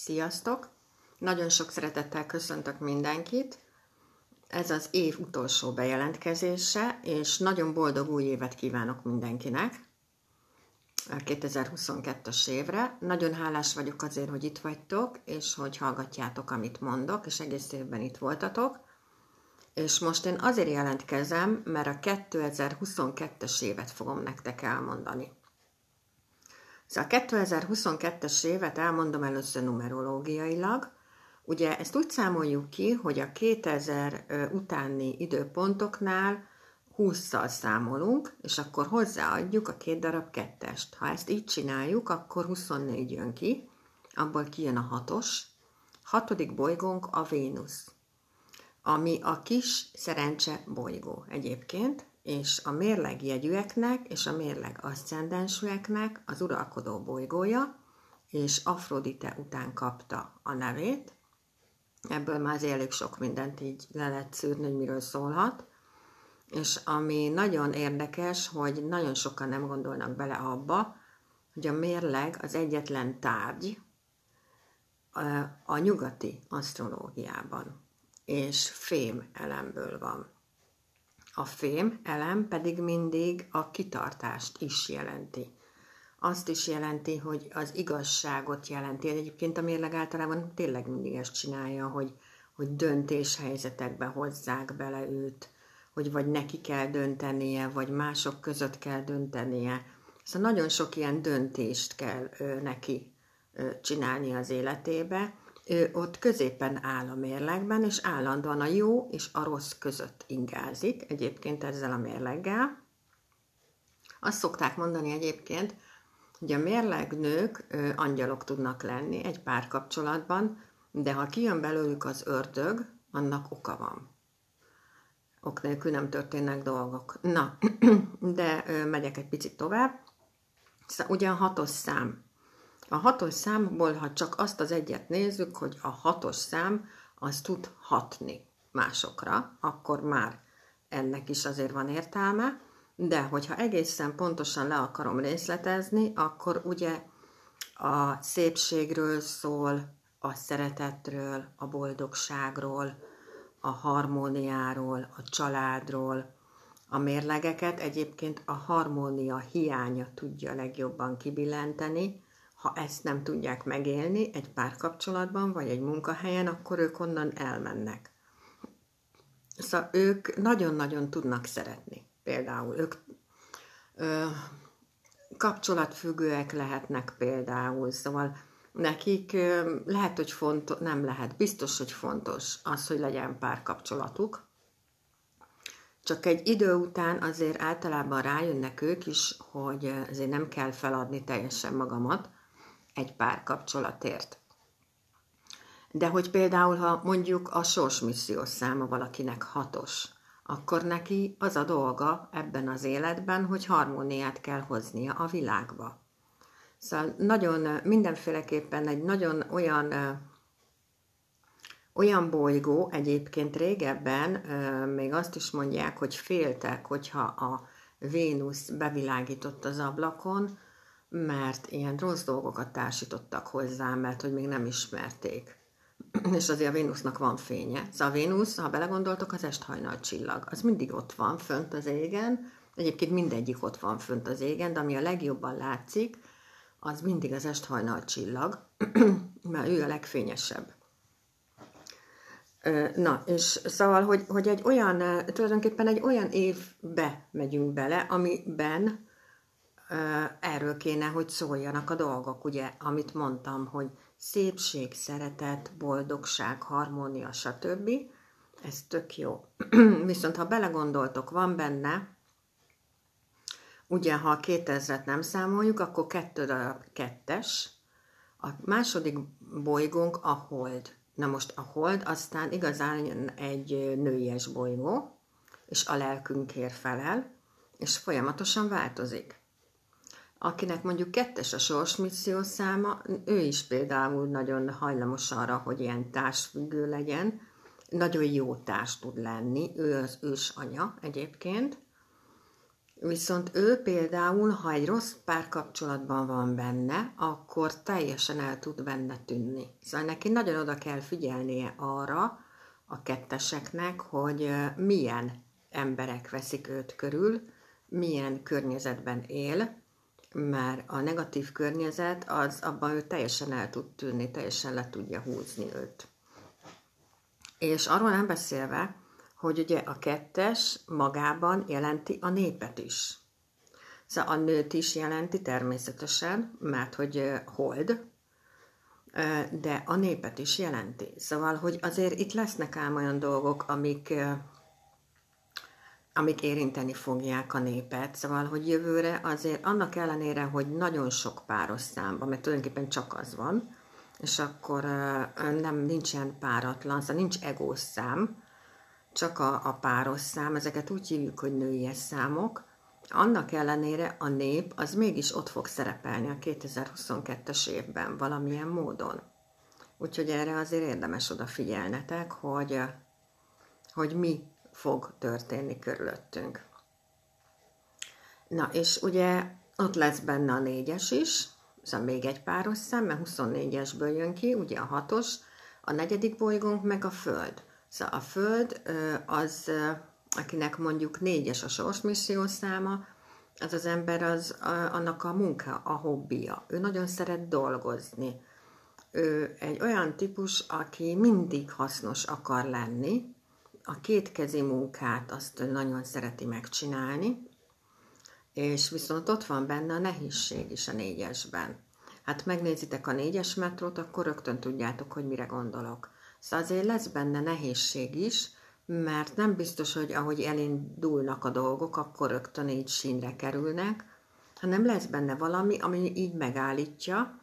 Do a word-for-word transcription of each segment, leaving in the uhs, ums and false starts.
Sziasztok! Nagyon sok szeretettel köszöntök mindenkit. Ez az év utolsó bejelentkezése, és nagyon boldog új évet kívánok mindenkinek a kétezer-huszonkettes évre. Nagyon hálás vagyok azért, hogy itt vagytok, és hogy hallgatjátok, amit mondok, és egész évben itt voltatok. És most én azért jelentkezem, mert a kétezer-huszonkettes évet fogom nektek elmondani. Szóval a kétezer-huszonkettes évet elmondom először numerológiailag. Ugye ezt úgy számoljuk ki, hogy a kétezer utáni időpontoknál hússzal számolunk, és akkor hozzáadjuk a két darab kettest. Ha ezt így csináljuk, akkor huszonnégy jön ki, abból kijön a hatos. Hatodik bolygónk a Vénusz, ami a kis szerencse bolygó egyébként, és a mérlegjegyűeknek és a mérleg aszcendensűeknek az uralkodó bolygója, és Afrodite után kapta a nevét. Ebből már azért elég sok mindent így le lehet szűrni, hogy miről szólhat. És ami nagyon érdekes, hogy nagyon sokan nem gondolnak bele abba, hogy a mérleg az egyetlen tárgy a nyugati asztrológiában, és fém elemből van. A fém elem pedig mindig a kitartást is jelenti. Azt is jelenti, hogy az igazságot jelenti. Egyébként a mérleg általában tényleg mindig ezt csinálja, hogy, hogy döntéshelyzetekbe hozzák bele őt, hogy vagy neki kell döntenie, vagy mások között kell döntenie. Szóval nagyon sok ilyen döntést kell ő, neki ő, csinálni az életébe. Ő ott középen áll a mérlegben, és állandóan a jó és a rossz között ingázik, egyébként ezzel a mérleggel. Azt szokták mondani egyébként, hogy a mérlegnők ö, angyalok tudnak lenni egy párkapcsolatban, de ha kijön belőlük az ördög, annak oka van. Ok nélkül nem történnek dolgok. Na, de ö, megyek egy picit tovább. Szóval ugye a hatos szám. A hatos számból, ha csak azt az egyet nézzük, hogy a hatos szám az tud hatni másokra, akkor már ennek is azért van értelme, de hogyha egészen pontosan le akarom részletezni, akkor ugye a szépségről szól, a szeretetről, a boldogságról, a harmóniáról, a családról. A mérlegeket egyébként a harmónia hiánya tudja legjobban kibillenteni. Ha ezt nem tudják megélni egy párkapcsolatban, vagy egy munkahelyen, akkor ők onnan elmennek. Szóval ők nagyon-nagyon tudnak szeretni. Például ők ö, kapcsolatfüggőek lehetnek például, szóval nekik ö, lehet, hogy fontos, nem lehet, biztos, hogy fontos az, hogy legyen párkapcsolatuk. Csak egy idő után azért általában rájönnek ők is, hogy azért nem kell feladni teljesen magamat egy párkapcsolatért. De hogy például, ha mondjuk a sorsmissziós száma valakinek hatos, akkor neki az a dolga ebben az életben, hogy harmóniát kell hoznia a világba. Szóval nagyon, mindenféleképpen egy nagyon olyan, olyan bolygó, egyébként régebben még azt is mondják, hogy féltek, hogyha a Vénusz bevilágított az ablakon, mert ilyen rossz dolgokat társítottak hozzá, mert hogy még nem ismerték. És azért a Vénusznak van fénye. Szóval a Vénusz, ha belegondoltok, az esthajnal csillag. Az mindig ott van fönt az égen, egyébként mindegyik ott van fönt az égen, de ami a legjobban látszik, az mindig az esthajnal csillag, mert ő a legfényesebb. Na, és szóval, hogy, hogy egy olyan, tulajdonképpen egy olyan évbe megyünk bele, amiben erről kéne, hogy szóljanak a dolgok, ugye, amit mondtam, hogy szépség, szeretet, boldogság, harmónia, stb. Ez tök jó. Viszont ha belegondoltok, van benne, ugye, ha a kétezret nem számoljuk, akkor kettő darab kettes, a második bolygónk a hold. Na most a hold aztán igazán egy nőies bolygó, és a lelkünkért felel, és folyamatosan változik. Akinek mondjuk kettes a sorsmisszió száma, ő is például nagyon hajlamos arra, hogy ilyen társfüggő legyen, nagyon jó társ tud lenni, ő az ősanya egyébként, Viszont ő például, ha egy rossz párkapcsolatban van benne, akkor teljesen el tud benne tűnni. Szóval neki nagyon oda kell figyelnie arra a ketteseknek, hogy milyen emberek veszik őt körül, milyen környezetben él, mert a negatív környezet, az abban ő teljesen el tud tűnni, teljesen le tudja húzni őt. És arról nem beszélve, hogy ugye a kettes magában jelenti a népet is. Szóval a nőt is jelenti természetesen, mert hogy hold, de a népet is jelenti. Szóval, hogy azért itt lesznek ám olyan dolgok, amik, amik érinteni fogják a népet. Szóval, hogy jövőre azért annak ellenére, hogy nagyon sok páros számban, mert tulajdonképpen csak az van, és akkor nem nincsen páratlan, szóval nincs egós szám, csak a, a páros szám, ezeket úgy hívjuk, hogy nőies számok. Annak ellenére a nép az mégis ott fog szerepelni a kétezer-huszonkettes évben valamilyen módon. Úgyhogy erre azért érdemes odafigyelnetek, hogy, hogy mi fog történni körülöttünk. Na és ugye ott lesz benne a négyes is, szóval még egy páros szám, mert huszonnégyesből jön ki, ugye a hatos, a negyedik bolygónk meg a Föld. Szóval a Föld az, akinek mondjuk négyes a sorsmisszió száma, az az ember, az annak a munka, a hobbija. Ő nagyon szeret dolgozni. Ő egy olyan típus, aki mindig hasznos akar lenni. A kétkezi munkát azt nagyon szereti megcsinálni, és viszont ott van benne a nehézség is a négyesben. Hát megnézitek a négyes metrót, akkor rögtön tudjátok, hogy mire gondolok. Szóval azért lesz benne nehézség is, mert nem biztos, hogy ahogy elindulnak a dolgok, akkor rögtön így sínre kerülnek, hanem lesz benne valami, ami így megállítja,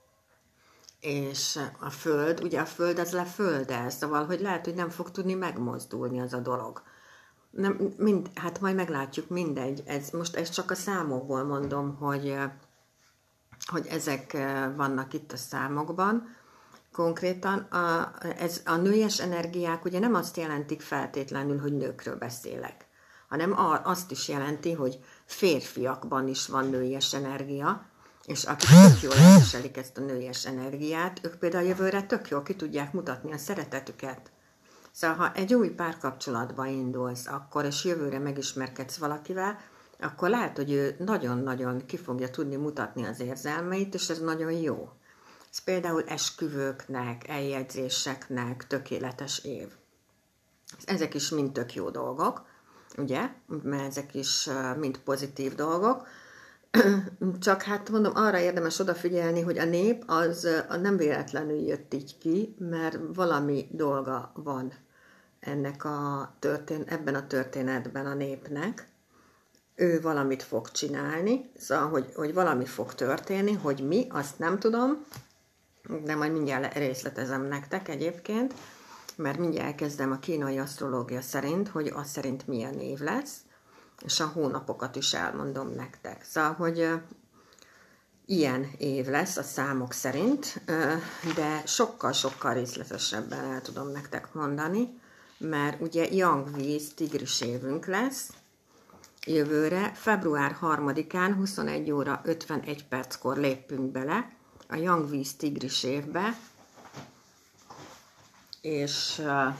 és a Föld, ugye a Föld az leföldel, szóval, hogy lehet, hogy nem fog tudni megmozdulni az a dolog. Nem, mind, hát majd meglátjuk, mindegy. Ez, most ezt csak a számokból mondom, hogy, hogy ezek vannak itt a számokban. Konkrétan a, ez, a nőies energiák ugye nem azt jelentik feltétlenül, hogy nőkről beszélek, hanem azt is jelenti, hogy férfiakban is van nőies energia, és akik tök jól elviselik ezt a nőies energiát, ők például jövőre tök jól ki tudják mutatni a szeretetüket. Szóval, ha egy új párkapcsolatba indulsz akkor, és jövőre megismerkedsz valakivel, akkor lehet, hogy ő nagyon-nagyon ki fogja tudni mutatni az érzelmeit, és ez nagyon jó. Ez például esküvőknek, eljegyzéseknek tökéletes év. Ezek is mind tök jó dolgok, ugye? Mert ezek is mind pozitív dolgok. Csak hát mondom, arra érdemes odafigyelni, hogy a nép az nem véletlenül jött így ki, mert valami dolga van ennek a történ- ebben a történetben a népnek. Ő valamit fog csinálni, szóval, hogy, hogy valami fog történni, hogy mi, azt nem tudom, de majd mindjárt részletezem nektek egyébként, mert mindjárt elkezdem a kínai asztrológia szerint, hogy az szerint milyen év lesz, és a hónapokat is elmondom nektek. Szóval, hogy uh, ilyen év lesz a számok szerint, uh, de sokkal-sokkal részletesebben el tudom nektek mondani, mert ugye Yang víz tigris évünk lesz jövőre, február harmadikán huszonegy óra ötvenegy perckor lépünk bele a Yang víz tigris évbe, és uh,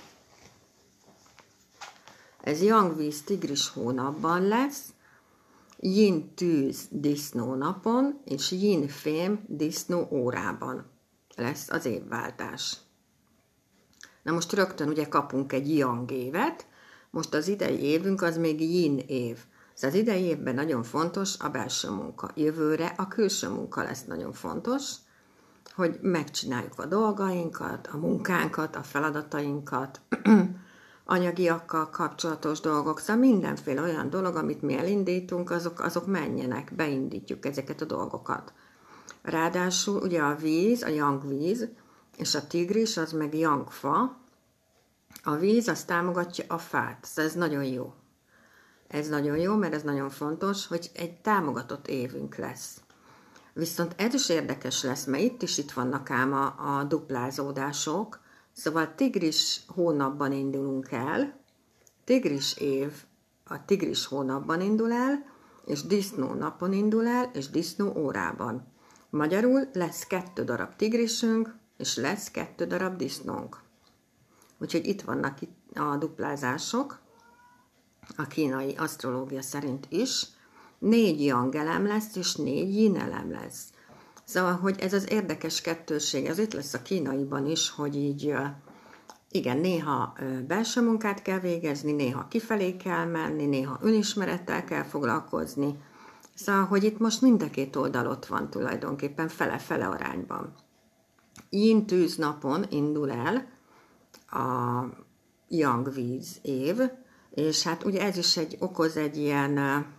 ez Yang víz tigris hónapban lesz, Yin tűz disznó napon, és Yin fém disznó órában lesz az évváltás. Na most rögtön ugye kapunk egy Yang évet, most az idei évünk az még Yin év. Az idei évben nagyon fontos a belső munka. Jövőre a külső munka lesz nagyon fontos, hogy megcsináljuk a dolgainkat, a munkánkat, a feladatainkat, anyagiakkal kapcsolatos dolgok, szóval mindenféle olyan dolog, amit mi elindítunk, azok, azok menjenek, beindítjuk ezeket a dolgokat. Ráadásul ugye a víz, a Yang víz, és a tigris, az meg Yang fa. A víz, az támogatja a fát, szóval ez nagyon jó. Ez nagyon jó, mert ez nagyon fontos, hogy egy támogatott évünk lesz. Viszont ez is érdekes lesz, mert itt is itt vannak ám a, a duplázódások, szóval tigris hónapban indulunk el, tigris év a tigris hónapban indul el, és disznó napon indul el, és disznó órában. Magyarul lesz kettő darab tigrisünk, és lesz kettő darab disznónk. Úgyhogy itt vannak a duplázások, a kínai asztrológia szerint is. Négy yang elem lesz, és négy yin elem lesz. Szóval, hogy ez az érdekes kettőség, ez itt lesz a kínaiban is, hogy így, igen, néha belső munkát kell végezni, néha kifelé kell menni, néha önismerettel kell foglalkozni. Szóval, hogy itt most mind a két oldal ott van tulajdonképpen fele-fele arányban. Yin tűz napon indul el a yang víz év, és hát ugye ez is egy, okoz egy ilyen,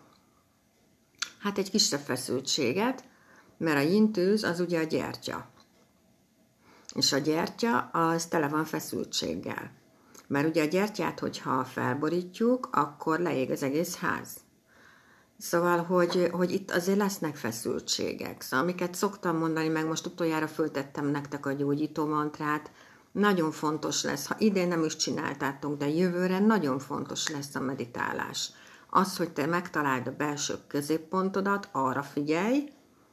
hát egy kisebb feszültséget, mert a yin tűz az ugye a gyertya. És a gyertya az tele van feszültséggel. Mert ugye a gyertyát, hogyha felborítjuk, akkor leég az egész ház. Szóval, hogy, hogy itt azért lesznek feszültségek. Szóval, amiket szoktam mondani, meg most utoljára föltettem nektek a gyógyító mantrát, nagyon fontos lesz, ha idén nem is csináltátok, de jövőre nagyon fontos lesz a meditálás. Az, hogy te megtaláld a belső középpontodat, arra figyelj,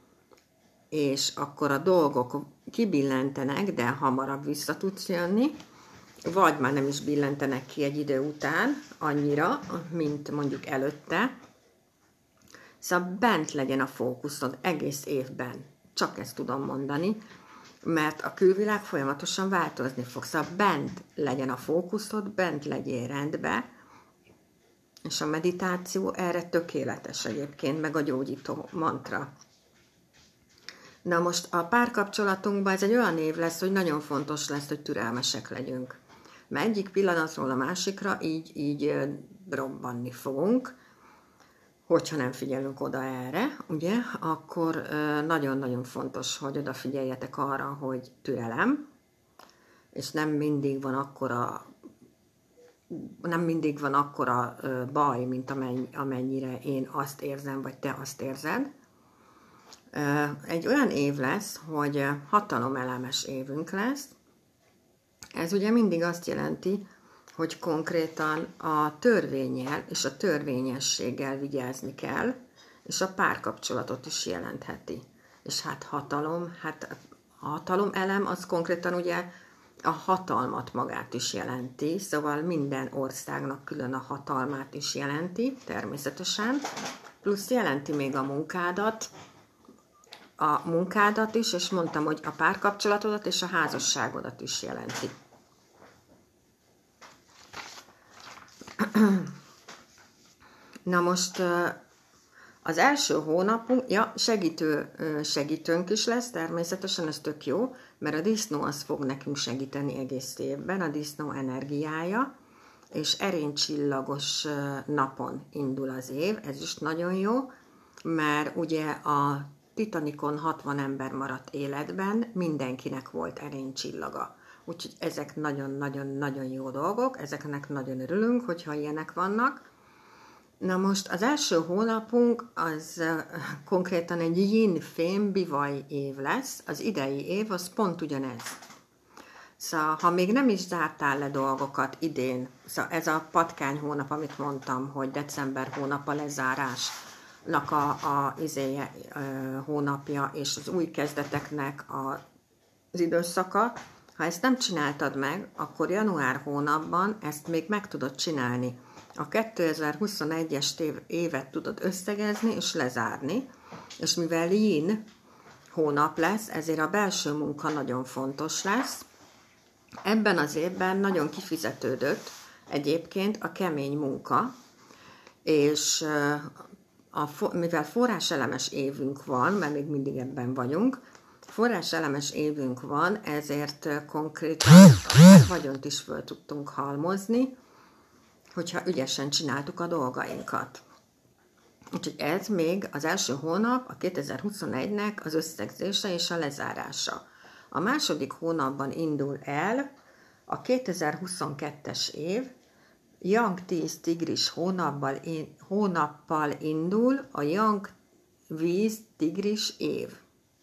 és akkor a dolgok kibillentenek, de hamarabb vissza tudsz jönni, vagy már nem is billentenek ki egy idő után annyira, mint mondjuk előtte. Szóval bent legyen a fókuszod egész évben, csak ezt tudom mondani, mert a külvilág folyamatosan változni fog. Szóval bent legyen a fókuszod, bent legyél rendbe, és a meditáció erre tökéletes egyébként, meg a gyógyító mantra. Na most a párkapcsolatunkban ez egy olyan év lesz, hogy nagyon fontos lesz, hogy türelmesek legyünk. Mert egyik pillanatról a másikra így, így robbanni fogunk, hogyha nem figyelünk oda erre, ugye, akkor nagyon-nagyon fontos, hogy odafigyeljetek arra, hogy türelem, és nem mindig van akkora, nem mindig van akkora baj, mint amennyire én azt érzem, vagy te azt érzed. Egy olyan év lesz, hogy hatalomelemes évünk lesz. Ez ugye mindig azt jelenti, hogy konkrétan a törvénnyel és a törvényességgel vigyázni kell, és a párkapcsolatot is jelentheti. És hát hatalom, hát a hatalom elem az konkrétan ugye a hatalmat magát is jelenti, szóval minden országnak külön a hatalmát is jelenti, természetesen, plusz jelenti még a munkádat, a munkádat is, és mondtam, hogy a párkapcsolatodat és a házasságodat is jelenti. Na most az első hónapunk, ja, segítő, segítőnk is lesz, természetesen ez tök jó, mert a disznó az fog nekünk segíteni egész évben, a disznó energiája, és erénycsillagos napon indul az év, ez is nagyon jó, mert ugye a Titanicon hatvan ember maradt életben, mindenkinek volt erénycsillaga. Úgyhogy ezek nagyon-nagyon-nagyon jó dolgok, ezeknek nagyon örülünk, hogyha ilyenek vannak. Na most az első hónapunk az konkrétan egy yin-fém bivaj év lesz, az idei év az pont ugyanez. Szóval, ha még nem is zártál le dolgokat idén, szóval ez a patkány hónap, amit mondtam, hogy december hónap a lezárásnak a, a izéje, a hónapja, és az új kezdeteknek a, az időszaka, ha ezt nem csináltad meg, akkor január hónapban ezt még meg tudod csinálni. A kétezer-huszonegyes évet tudod összegezni és lezárni, és mivel yin hónap lesz, ezért a belső munka nagyon fontos lesz. Ebben az évben nagyon kifizetődött egyébként a kemény munka, és a, mivel forráselemes évünk van, mert még mindig ebben vagyunk, forráselemes évünk van, ezért konkrétan a vagyont is föl tudtunk halmozni, hogyha ügyesen csináltuk a dolgainkat. Úgyhogy ez még az első hónap, a kétezer-huszonegynek az összegzése és a lezárása. A második hónapban indul el a kétezer-huszonkettes év, Yang tíz tigris hónappal, hónappal indul a Yang víz tigris év.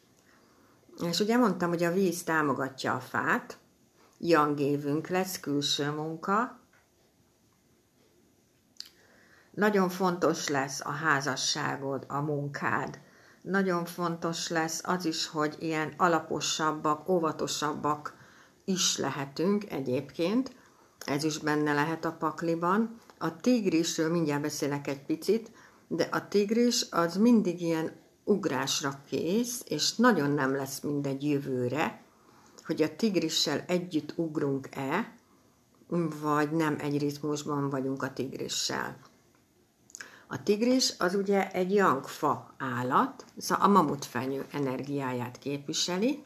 És ugye mondtam, hogy a víz támogatja a fát, Yang évünk lesz, külső munka, Nagyon fontos lesz a házasságod, a munkád. Nagyon fontos lesz az is, hogy ilyen alaposabbak, óvatosabbak is lehetünk egyébként. Ez is benne lehet a pakliban. A tigrisről mindjárt beszélek egy picit, de a tigris az mindig ilyen ugrásra kész, és nagyon nem lesz mindegy jövőre, hogy a tigrissel együtt ugrunk-e, vagy nem egy ritmusban vagyunk a tigrissel. A tigris az ugye egy jangfa állat, szóval a mamutfenyő energiáját képviseli,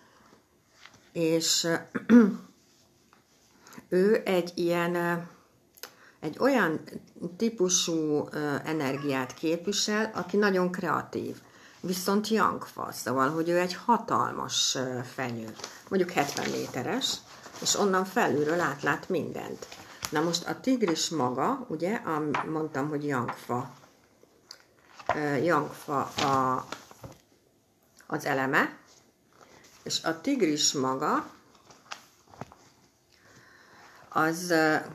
és ő egy ilyen, egy olyan típusú energiát képvisel, aki nagyon kreatív, viszont jangfa, szóval, hogy ő egy hatalmas fenyő, mondjuk hetven méteres, és onnan felülről átlát mindent. Na most a tigris maga, ugye, mondtam, hogy jangfa, jangfa a, az eleme, és a tigris maga az,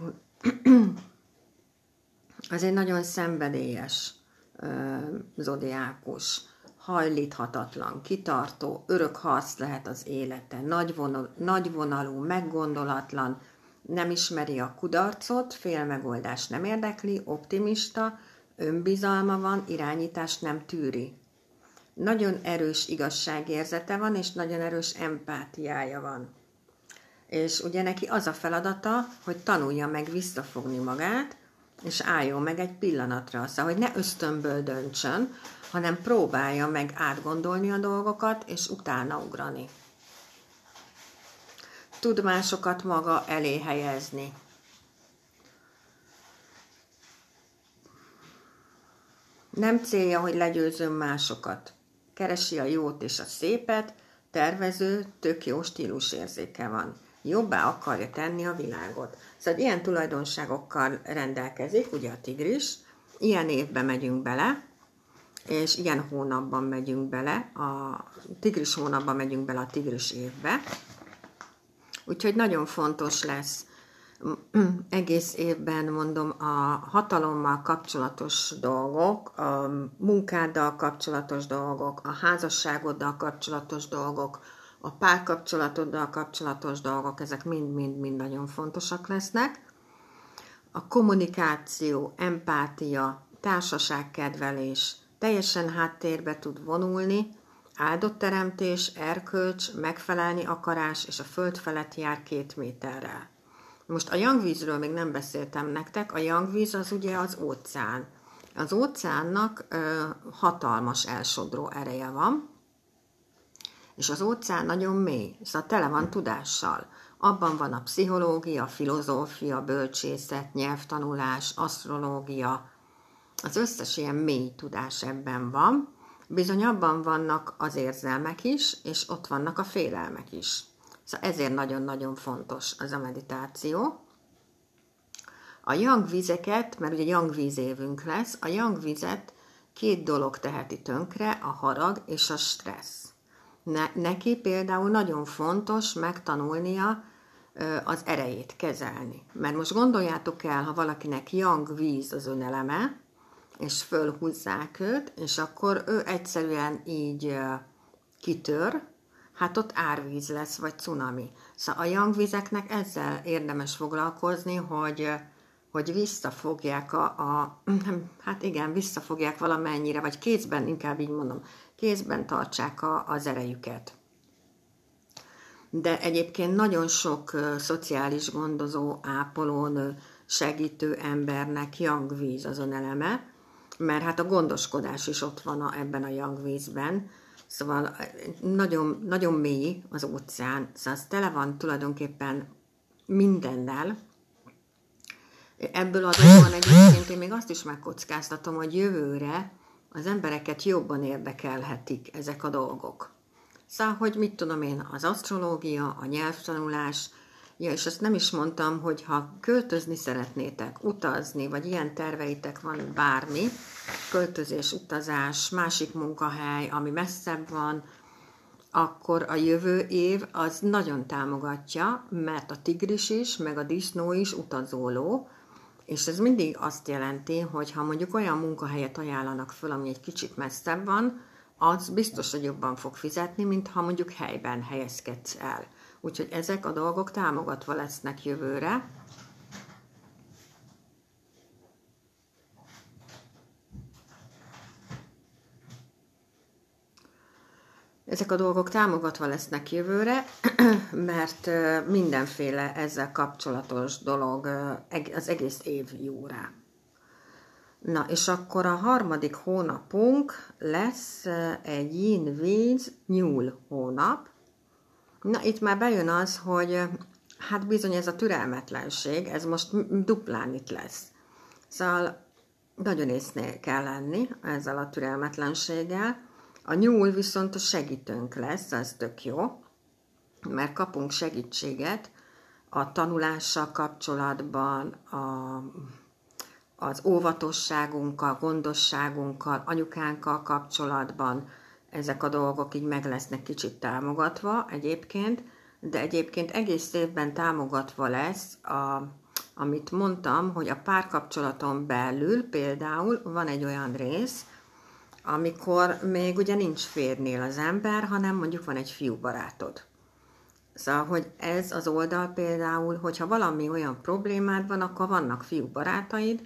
az egy nagyon szenvedélyes zodiákus, hajlíthatatlan, kitartó, örök harc lehet az élete, nagyvonalú, nagyvonalú, meggondolatlan, nem ismeri a kudarcot, fél megoldás nem érdekli, optimista, önbizalma van, irányítást nem tűri. Nagyon erős igazságérzete van, és nagyon erős empátiája van. És ugye neki az a feladata, hogy tanulja meg visszafogni magát, és álljon meg egy pillanatra, szóval, hogy ne ösztönből döntsön, hanem próbálja meg átgondolni a dolgokat, és utána ugrani. Tud másokat maga elé helyezni. Nem célja, hogy legyőzzön másokat. Keresi a jót és a szépet, tervező, tök jó stílusérzéke van. Jobbá akarja tenni a világot. Szóval ilyen tulajdonságokkal rendelkezik, ugye a tigris. Ilyen évben megyünk bele, és ilyen hónapban megyünk bele, a tigris hónapban megyünk bele a tigris évbe. Úgyhogy nagyon fontos lesz egész évben, mondom, a hatalommal kapcsolatos dolgok, a munkáddal kapcsolatos dolgok, a házasságoddal kapcsolatos dolgok, a párkapcsolatoddal kapcsolatos dolgok, ezek mind-mind-mind nagyon fontosak lesznek. A kommunikáció, empátia, társaságkedvelés teljesen háttérbe tud vonulni, áldott teremtés, erkölcs, megfelelni akarás, és a föld felett jár két méterrel. Most a jangvízről még nem beszéltem nektek, a jangvíz az ugye az óceán. Az óceánnak ö, hatalmas elsodró ereje van, és az óceán nagyon mély, szóval tele van tudással. Abban van a pszichológia, filozófia, bölcsészet, nyelvtanulás, asztrológia, az összes ilyen mély tudás ebben van. Bizony abban vannak az érzelmek is, és ott vannak a félelmek is. Szóval ezért nagyon-nagyon fontos az a meditáció. A jangvizeket, mert ugye jangvízévünk lesz, a jangvizet két dolog teheti tönkre, a harag és a stressz. Ne, neki például nagyon fontos megtanulnia ö, az erejét kezelni. Mert most gondoljátok el, ha valakinek jangvíz az öneleme, és fölhúzzák őt, és akkor ő egyszerűen így ö, kitör, hát ott árvíz lesz, vagy cunami. Szóval a jangvizeknek ezzel érdemes foglalkozni, hogy, hogy visszafogják a, a, hát igen, visszafogják valamennyire, vagy kézben, inkább így mondom, kézben tartsák a, az erejüket. De egyébként nagyon sok uh, szociális gondozó, ápolónő, segítő embernek jangvíz az öneleme, mert hát a gondoskodás is ott van a, ebben a jangvízben. Szóval nagyon, nagyon mély az óceán, szóval az tele van tulajdonképpen mindennel. Ebből adódóan egyébként én még azt is megkockáztatom, hogy jövőre az embereket jobban érdekelhetik ezek a dolgok. Szóval, hogy mit tudom én, az asztrológia, a nyelvtanulás, ja, és azt nem is mondtam, hogy ha költözni szeretnétek, utazni, vagy ilyen terveitek van bármi, költözés, utazás, másik munkahely, ami messzebb van, akkor a jövő év az nagyon támogatja, mert a tigris is, meg a disznó is utazóló, És ez mindig azt jelenti, hogy ha mondjuk olyan munkahelyet ajánlanak föl, ami egy kicsit messzebb van, az biztos, hogy jobban fog fizetni, mint ha mondjuk helyben helyezkedsz el. Úgyhogy ezek a dolgok támogatva lesznek jövőre. Ezek a dolgok támogatva lesznek jövőre, mert mindenféle ezzel kapcsolatos dolog az egész év jó rá. Na, és akkor a harmadik hónapunk lesz egy yin-víz nyúl hónap. Na, itt már bejön az, hogy hát bizony ez a türelmetlenség, ez most duplán itt lesz. Szóval nagyon észnél kell lenni ezzel a türelmetlenséggel. A nyúl viszont a segítőnk lesz, ez tök jó, mert kapunk segítséget a tanulással kapcsolatban, a, az óvatosságunkkal, gondosságunkkal, anyukánkkal kapcsolatban. Ezek a dolgok így meg lesznek kicsit támogatva egyébként, de egyébként egész évben támogatva lesz, a, amit mondtam, hogy a párkapcsolaton belül például van egy olyan rész, amikor még ugye nincs férnél az ember, hanem mondjuk van egy fiúbarátod. Szóval, hogy ez az oldal például, hogyha valami olyan problémád van, akkor vannak fiúbarátaid,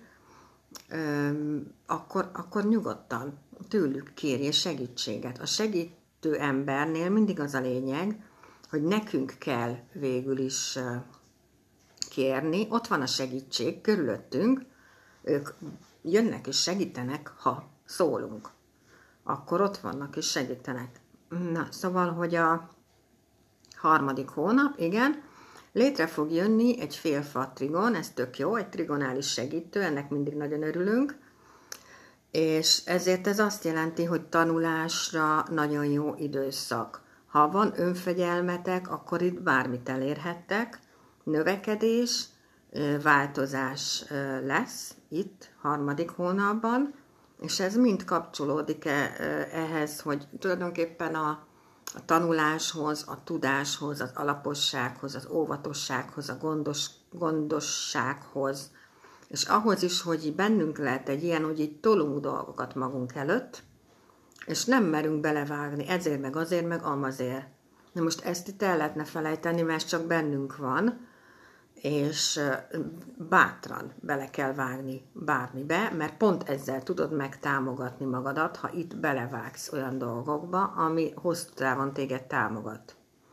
akkor, akkor nyugodtan tőlük kérjél segítséget. A segítő embernél mindig az a lényeg, hogy nekünk kell végül is kérni, ott van a segítség körülöttünk, ők jönnek és segítenek, ha szólunk. Akkor ott vannak és segítenek. Na, szóval, hogy a harmadik hónap, igen, létre fog jönni egy félfa trigon, ez tök jó, egy trigonális segítő, ennek mindig nagyon örülünk, és ezért ez azt jelenti, hogy tanulásra nagyon jó időszak. Ha van önfegyelmetek, akkor itt bármit elérhettek, növekedés, változás lesz itt harmadik hónapban, és ez mind kapcsolódik ehhez, hogy tulajdonképpen a, a tanuláshoz, a tudáshoz, az alapossághoz, az óvatossághoz, a gondos, gondossághoz, és ahhoz is, hogy bennünk lehet egy ilyen, hogy így tolunk dolgokat magunk előtt, és nem merünk belevágni, ezért meg azért, meg amazért. Na most ezt itt el lehetne felejteni, mert csak bennünk van, és bátran bele kell vágni bármibe, mert pont ezzel tudod megtámogatni magadat, ha itt belevágsz olyan dolgokba, ami hosszú távon téged támogat.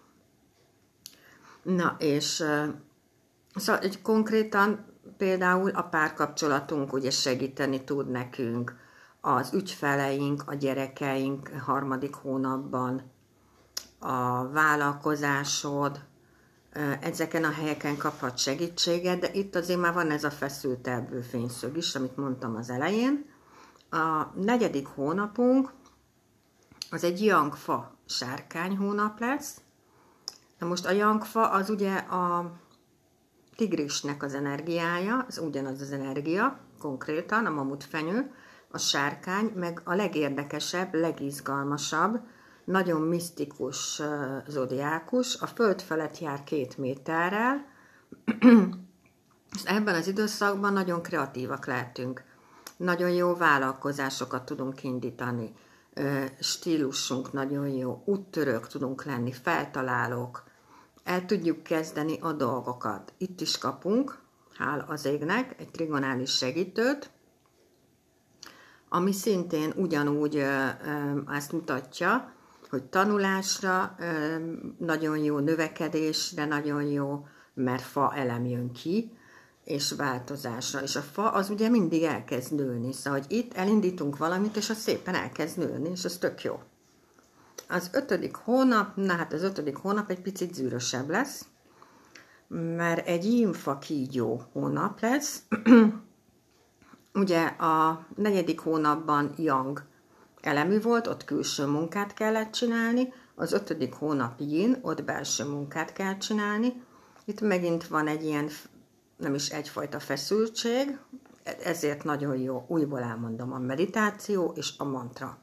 Na, és szóval egy konkrétan például a párkapcsolatunk ugye segíteni tud nekünk, az ügyfeleink, a gyerekeink harmadik hónapban, a vállalkozásod, ezeken a helyeken kaphat segítséget, de itt azért már van ez a feszültebb fényszög is, amit mondtam az elején. A negyedik hónapunk az egy Jangfa sárkány hónap lesz. Na most a Jangfa az ugye a tigrisnek az energiája, ez ugyanaz az energia, konkrétan a mamutfenyő, a sárkány, meg a legérdekesebb, legizgalmasabb, nagyon misztikus zodiákus, a föld felett jár két méterrel, és ebben az időszakban nagyon kreatívak lehetünk. Nagyon jó vállalkozásokat tudunk indítani, stílusunk nagyon jó, úttörők tudunk lenni, feltalálók, el tudjuk kezdeni a dolgokat. Itt is kapunk, hál' az égnek, egy trigonális segítőt, ami szintén ugyanúgy ezt mutatja, hogy tanulásra nagyon jó, növekedésre nagyon jó, mert fa elem jön ki, és változásra. És a fa az ugye mindig elkezd nőni, szóval hogy itt elindítunk valamit, és az szépen elkezd nőni, és az tök jó. Az ötödik hónap, na hát az ötödik hónap egy picit zűrösebb lesz, mert egy yin-fa kígyó hónap lesz. Ugye a negyedik hónapban yang elemű volt, ott külső munkát kellett csinálni, az ötödik hónap yin, ott belső munkát kell csinálni. Itt megint van egy ilyen, nem is egyfajta feszültség, ezért nagyon jó, újból elmondom, a meditáció és a mantra.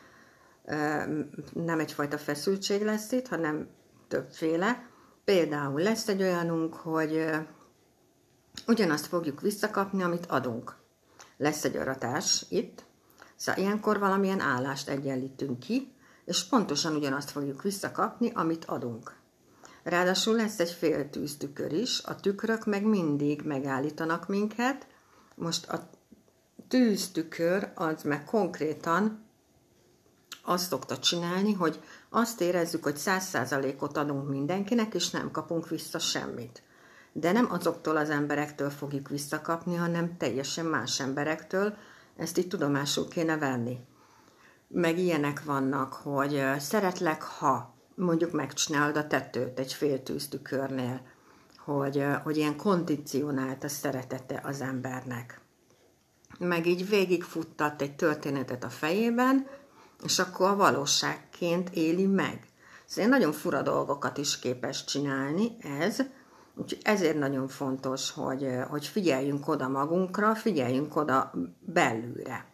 Nem egyfajta feszültség lesz itt, hanem többféle. Például lesz egy olyanunk, hogy ugyanazt fogjuk visszakapni, amit adunk. Lesz egy aratás itt, szóval ilyenkor valamilyen állást egyenlítünk ki, és pontosan ugyanazt fogjuk visszakapni, amit adunk. Ráadásul lesz egy fél tűztükör is, a tükrök meg mindig megállítanak minket. Most a tűztükör az meg konkrétan azt szokta csinálni, hogy azt érezzük, hogy száz százalékot adunk mindenkinek, és nem kapunk vissza semmit. De nem azoktól az emberektől fogjuk visszakapni, hanem teljesen más emberektől, ezt így tudomásul kéne venni. Meg ilyenek vannak, hogy szeretlek, ha mondjuk megcsinálod a tetőt egy fél tűztükörnél, hogy, hogy ilyen kondicionált a szeretete az embernek. Meg így végigfuttat egy történetet a fejében, és akkor a valóságként éli meg. Szóval nagyon fura dolgokat is képes csinálni ez, úgyhogy ezért nagyon fontos, hogy, hogy figyeljünk oda magunkra, figyeljünk oda belülre.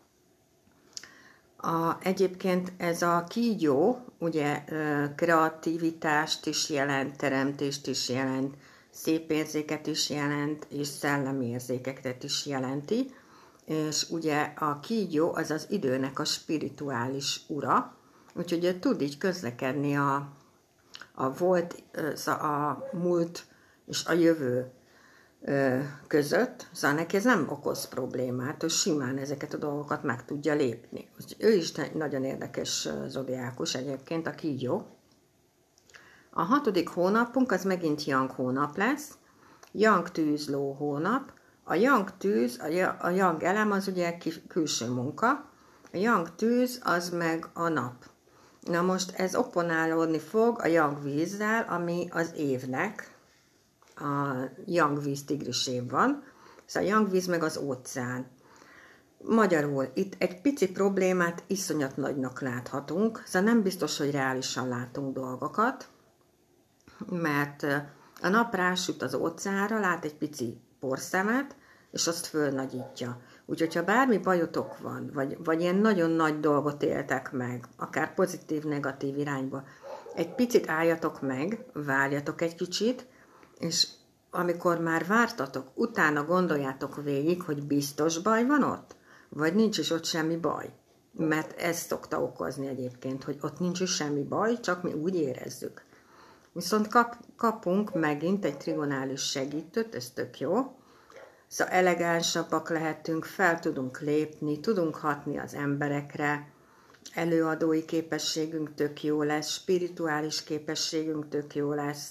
A, egyébként ez a kígyó, ugye kreativitást is jelent, teremtést is jelent, szép érzéket is jelent, és szellemi érzékeket is jelenti, és ugye a kígyó az az időnek a spirituális ura, úgyhogy tud így közlekedni a, a volt, a múlt és a jövő között, szóval neki ez nem okoz problémát, hogy simán ezeket a dolgokat meg tudja lépni. Ő is nagyon érdekes zodiákus egyébként, a kígyó. A hatodik hónapunk az megint Yang hónap lesz, Yang tűzló hónap. A Yang tűz, a Yang elem az ugye külső munka, a Yang tűz az meg a nap. Na most ez opponálódni fog a Yang vízzel, ami az évnek, a Yang víz tigris év van, szóval a Yang víz meg az óceán. Magyarul itt egy pici problémát iszonyat nagynak láthatunk, szóval nem biztos, hogy reálisan látunk dolgokat, mert a nap rásüt az óceánra, lát egy pici porszemet, és azt fölnagyítja. Úgyhogy, ha bármi bajotok van, vagy, vagy ilyen nagyon nagy dolgot éltek meg, akár pozitív-negatív irányba, egy picit álljatok meg, várjatok egy kicsit, és amikor már vártatok, utána gondoljátok végig, hogy biztos baj van ott, vagy nincs is ott semmi baj. Mert ez szokta okozni egyébként, hogy ott nincs is semmi baj, csak mi úgy érezzük. Viszont kap, kapunk megint egy trigonális segítőt, ez tök jó. Szóval elegánsabbak lehetünk, fel tudunk lépni, tudunk hatni az emberekre, előadói képességünk tök jó lesz, spirituális képességünk tök jó lesz,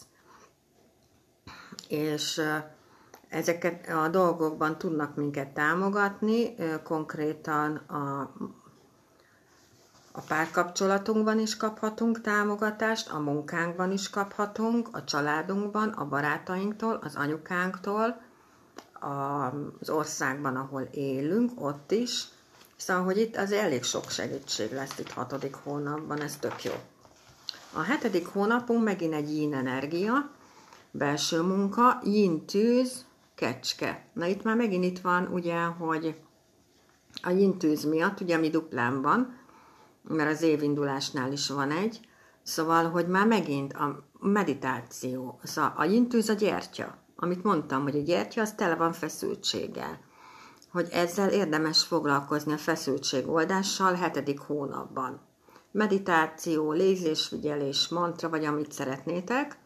és ezeket a dolgokban tudnak minket támogatni, konkrétan a, a párkapcsolatunkban is kaphatunk támogatást, a munkánkban is kaphatunk, a családunkban, a barátainktól, az anyukánktól, az országban, ahol élünk, ott is. Szóval, hogy itt azért elég sok segítség lesz itt hatodik hónapban, ez tök jó. A hetedik hónapunk megint egy yin energia, belső munka, yin tűz, kecske. Na itt már megint itt van, ugye, hogy a yin tűz miatt, ugye, ami duplán van, mert az évindulásnál is van egy, szóval, hogy már megint a meditáció, szóval a yin tűz a gyertya, amit mondtam, hogy a gyertya az tele van feszültséggel, hogy ezzel érdemes foglalkozni a feszültségoldással hetedik hónapban. Meditáció, légzésfigyelés, mantra, vagy amit szeretnétek,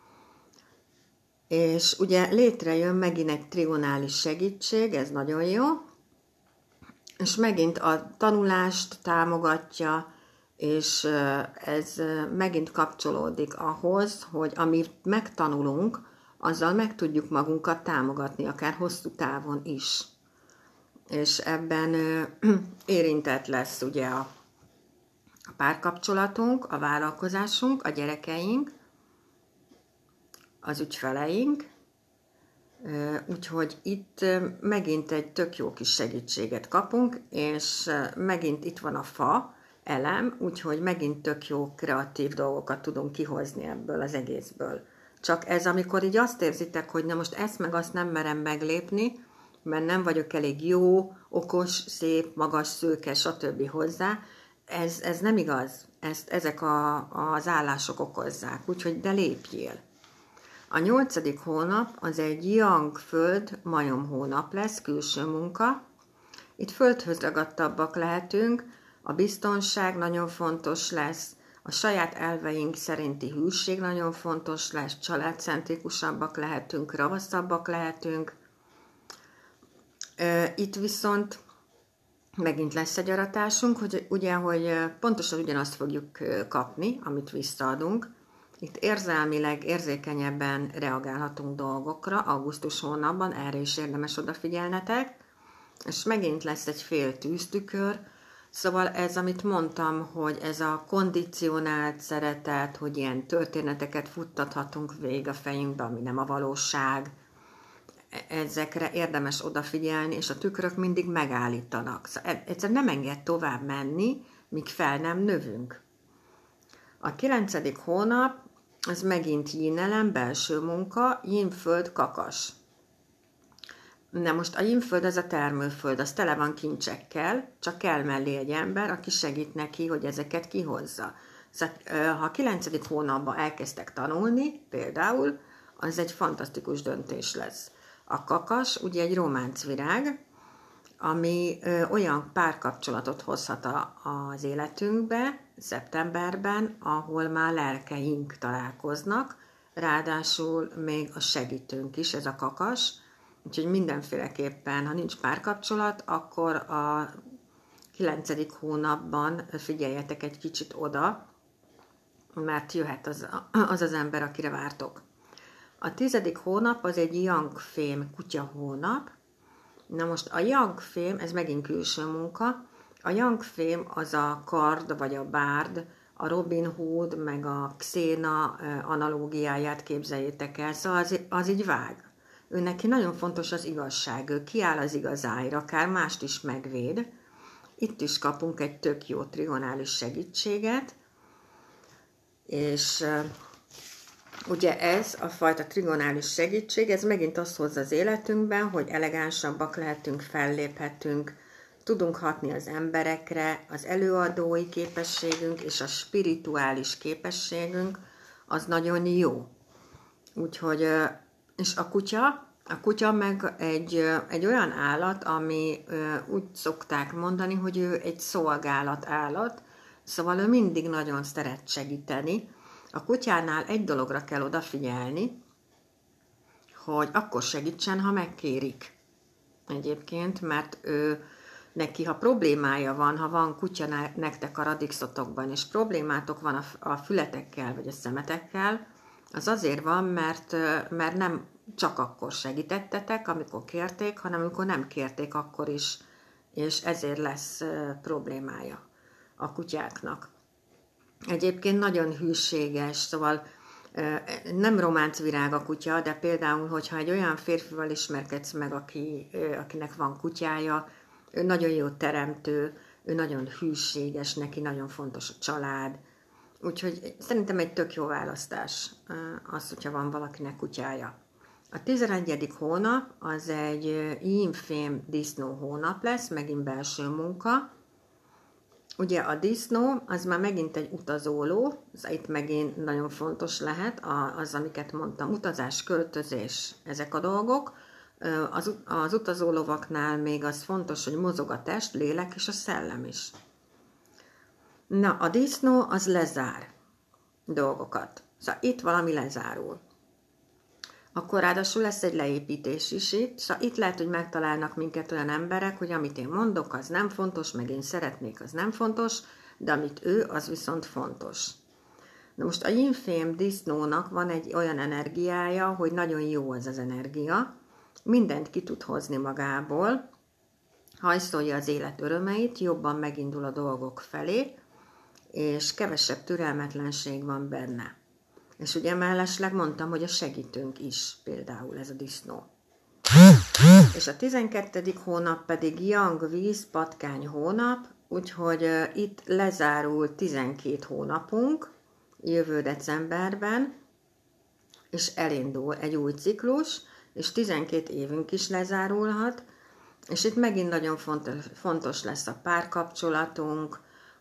és ugye létrejön megint egy trigonális segítség, ez nagyon jó, és megint a tanulást támogatja, és ez megint kapcsolódik ahhoz, hogy amit megtanulunk, azzal meg tudjuk magunkat támogatni, akár hosszú távon is. És ebben érintett lesz ugye a, a párkapcsolatunk, a vállalkozásunk, a gyerekeink, az ügyfeleink, úgyhogy itt megint egy tök jó kis segítséget kapunk, és megint itt van a fa elem, úgyhogy megint tök jó kreatív dolgokat tudunk kihozni ebből az egészből. Csak ez, amikor így azt érzitek, hogy na most ezt meg azt nem merem meglépni, mert nem vagyok elég jó, okos, szép, magas, szőke, stb. Hozzá, ez, ez nem igaz. Ezt, ezek a, az állások okozzák, úgyhogy de lépjél. A nyolcadik hónap az egy Yang föld majom hónap lesz, külső munka. Itt földhöz ragadtabbak lehetünk, a biztonság nagyon fontos lesz, a saját elveink szerinti hűség nagyon fontos lesz, családcentrikusabbak lehetünk, ravaszabbak lehetünk. Itt viszont megint lesz egy aratásunk, hogy ugye, hogy pontosan ugyanazt fogjuk kapni, amit visszaadunk. Itt érzelmileg érzékenyebben reagálhatunk dolgokra, augusztus hónapban, erre is érdemes odafigyelnetek. És megint lesz egy fél tűztükör, szóval ez, amit mondtam, hogy ez a kondicionált szeretet, hogy ilyen történeteket futtathatunk végig a fejünkbe, ami nem a valóság, ezekre érdemes odafigyelni, és a tükrök mindig megállítanak. Szóval egyszerűen nem enged tovább menni, míg fel nem növünk. A kilencedik hónap, az megint Yin-elem, belső munka, Yin-föld, kakas. Na most a Yin-föld az a termőföld, az tele van kincsekkel, csak kell mellé egy ember, aki segít neki, hogy ezeket kihozza. Szóval, ha a kilencedik hónapban elkezdtek tanulni, például, az egy fantasztikus döntés lesz. A kakas ugye egy románcvirág, ami ö, olyan párkapcsolatot hozhat a, az életünkbe szeptemberben, ahol már lelkeink találkoznak, ráadásul még a segítőnk is, ez a kakas, úgyhogy mindenféleképpen, ha nincs párkapcsolat, akkor a kilencedik hónapban figyeljetek egy kicsit oda, mert jöhet az az, az ember, akire vártok. A tizedik hónap az egy Yang-fém kutya hónap. Na most a Yang-fém, ez megint külső munka. A Yang-fém az a kard vagy a bárd, a Robin Hood meg a Xena analógiáját képzeljétek el, szóval az, az így vág. Ő neki nagyon fontos az igazság, ő kiáll az igazáért, akár mást is megvéd. Itt is kapunk egy tök jó trigonális segítséget, és ugye ez a fajta trigonális segítség, ez megint azt hozza az életünkben, hogy elegánsabbak lehetünk, felléphetünk, tudunk hatni az emberekre, az előadói képességünk és a spirituális képességünk az nagyon jó. Úgyhogy, és a kutya, a kutya meg egy, egy olyan állat, ami úgy szokták mondani, hogy ő egy szolgálat állat, szóval ő mindig nagyon szeret segíteni. A kutyánál egy dologra kell odafigyelni, hogy akkor segítsen, ha megkérik. Egyébként, mert ő, neki, ha problémája van, ha van kutya nektek a radixotokban, és problémátok van a, a fületekkel, vagy a szemetekkel, az azért van, mert, mert nem csak akkor segítettetek, amikor kérték, hanem amikor nem kérték, akkor is, és ezért lesz problémája a kutyáknak. Egyébként nagyon hűséges, szóval nem románcvirág a kutya, de például, hogyha egy olyan férfival ismerkedsz meg, aki, akinek van kutyája, ő nagyon jó teremtő, ő nagyon hűséges, neki nagyon fontos a család. Úgyhogy szerintem egy tök jó választás az, hogyha van valakinek kutyája. A tizenegyedik hónap az egy Yin-fém disznó hónap lesz, megint belső munka. Ugye a disznó az már megint egy utazóló, itt megint nagyon fontos lehet, az, amiket mondtam, utazás, költözés, ezek a dolgok. Az, az utazólovaknál még az fontos, hogy mozog a test, lélek és a szellem is. Na, a disznó az lezár dolgokat. Szóval itt valami lezárul. Akkor ráadásul lesz egy leépítés is itt. Szóval itt lehet, hogy megtalálnak minket olyan emberek, hogy amit én mondok, az nem fontos, meg én szeretnék, az nem fontos, de amit ő, az viszont fontos. Na most a Yin-fém disznónak van egy olyan energiája, hogy nagyon jó az az energia, mindent ki tud hozni magából, hajszolja az élet örömeit, jobban megindul a dolgok felé, és kevesebb türelmetlenség van benne. És ugye mellesleg mondtam, hogy a segítőnk is, például ez a disznó. És a tizenkettedik hónap pedig Yang víz patkány hónap, úgyhogy uh, itt lezárul tizenkét hónapunk jövő decemberben, és elindul egy új ciklus, és tizenkét évünk is lezárulhat, és itt megint nagyon fontos, fontos lesz a párkapcsolatunk,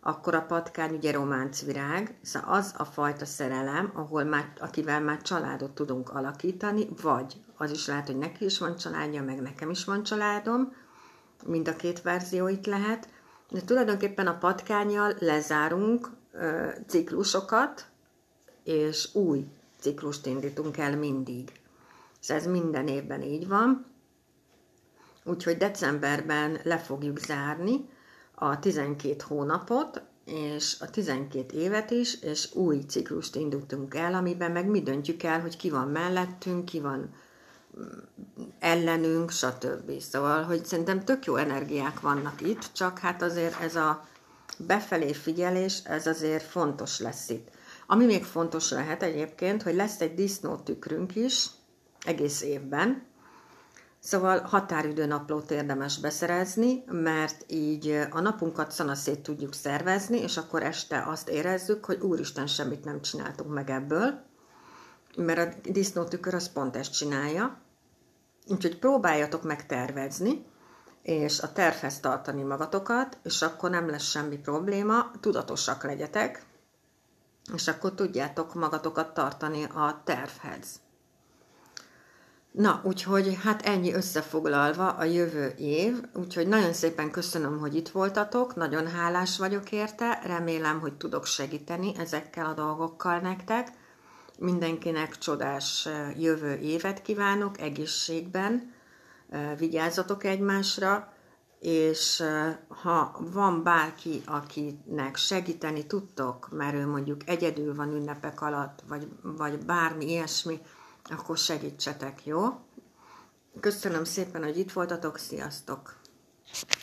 akkor a patkány ugye románcvirág, szóval az a fajta szerelem, ahol már, akivel már családot tudunk alakítani, vagy az is lehet, hogy neki is van családja, meg nekem is van családom, mind a két verzió itt lehet, de tulajdonképpen a patkánnyal lezárunk ö, ciklusokat, és új ciklust indítunk el mindig. Szóval ez minden évben így van, úgyhogy decemberben le fogjuk zárni a tizenkét hónapot, és a tizenkét évet is, és új ciklust indítunk el, amiben meg mi döntjük el, hogy ki van mellettünk, ki van ellenünk, stb. Szóval, hogy szerintem tök jó energiák vannak itt, csak hát azért ez a befelé figyelés, ez azért fontos lesz itt. Ami még fontos lehet egyébként, hogy lesz egy disznótükrünk is egész évben, szóval határidőnaplót érdemes beszerezni, mert így a napunkat szanaszét tudjuk szervezni, és akkor este azt érezzük, hogy úristen, semmit nem csináltunk meg ebből, mert a disznótükör az pont ezt csinálja. Úgyhogy próbáljatok meg tervezni, és a tervhez tartani magatokat, és akkor nem lesz semmi probléma, tudatosak legyetek, és akkor tudjátok magatokat tartani a tervhez. Na, úgyhogy hát ennyi összefoglalva a jövő év, úgyhogy nagyon szépen köszönöm, hogy itt voltatok, nagyon hálás vagyok érte, remélem, hogy tudok segíteni ezekkel a dolgokkal nektek. Mindenkinek csodás jövő évet kívánok, egészségben, vigyázzatok egymásra, és ha van bárki, akinek segíteni tudtok, mert ő mondjuk egyedül van ünnepek alatt, vagy, vagy bármi ilyesmi, akkor segítsetek, jó? Köszönöm szépen, hogy itt voltatok, sziasztok!